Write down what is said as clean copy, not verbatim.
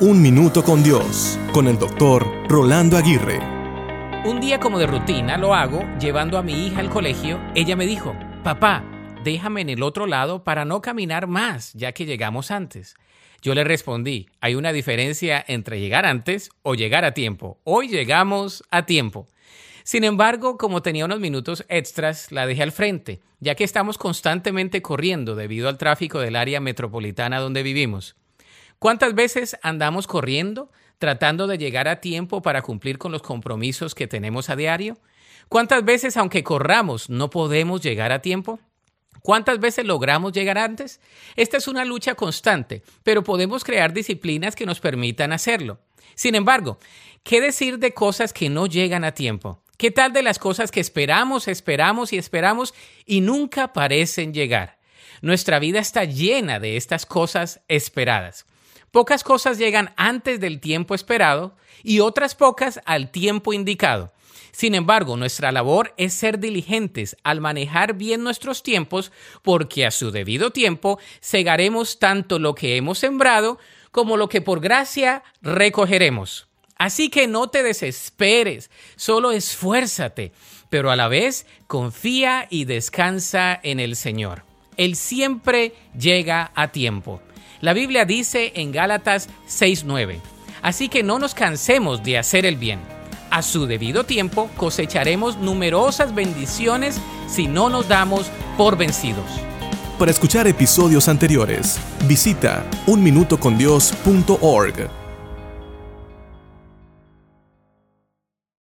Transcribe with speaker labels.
Speaker 1: Un Minuto con Dios, con el doctor Rolando Aguirre.
Speaker 2: Un día como de rutina lo hago llevando a mi hija al colegio. Ella me dijo: papá, déjame en el otro lado para no caminar más, ya que llegamos antes. Yo le respondí: hay una diferencia entre llegar antes o llegar a tiempo. Hoy llegamos a tiempo. Sin embargo, como tenía unos minutos extras, la dejé al frente, ya que estamos constantemente corriendo debido al tráfico del área metropolitana donde vivimos. ¿Cuántas veces andamos corriendo, tratando de llegar a tiempo para cumplir con los compromisos que tenemos a diario? ¿Cuántas veces, aunque corramos, no podemos llegar a tiempo? ¿Cuántas veces logramos llegar antes? Esta es una lucha constante, pero podemos crear disciplinas que nos permitan hacerlo. Sin embargo, ¿qué decir de cosas que no llegan a tiempo? ¿Qué tal de las cosas que esperamos y nunca parecen llegar? Nuestra vida está llena de estas cosas esperadas. Pocas cosas llegan antes del tiempo esperado y otras pocas al tiempo indicado. Sin embargo, nuestra labor es ser diligentes al manejar bien nuestros tiempos, porque a su debido tiempo segaremos tanto lo que hemos sembrado como lo que por gracia recogeremos. Así que no te desesperes, solo esfuérzate, pero a la vez confía y descansa en el Señor. Él siempre llega a tiempo. La Biblia dice en Gálatas 6:9, así que no nos cansemos de hacer el bien. A su debido tiempo cosecharemos numerosas bendiciones si no nos damos por vencidos.
Speaker 1: Para escuchar episodios anteriores, visita unminutocondios.org.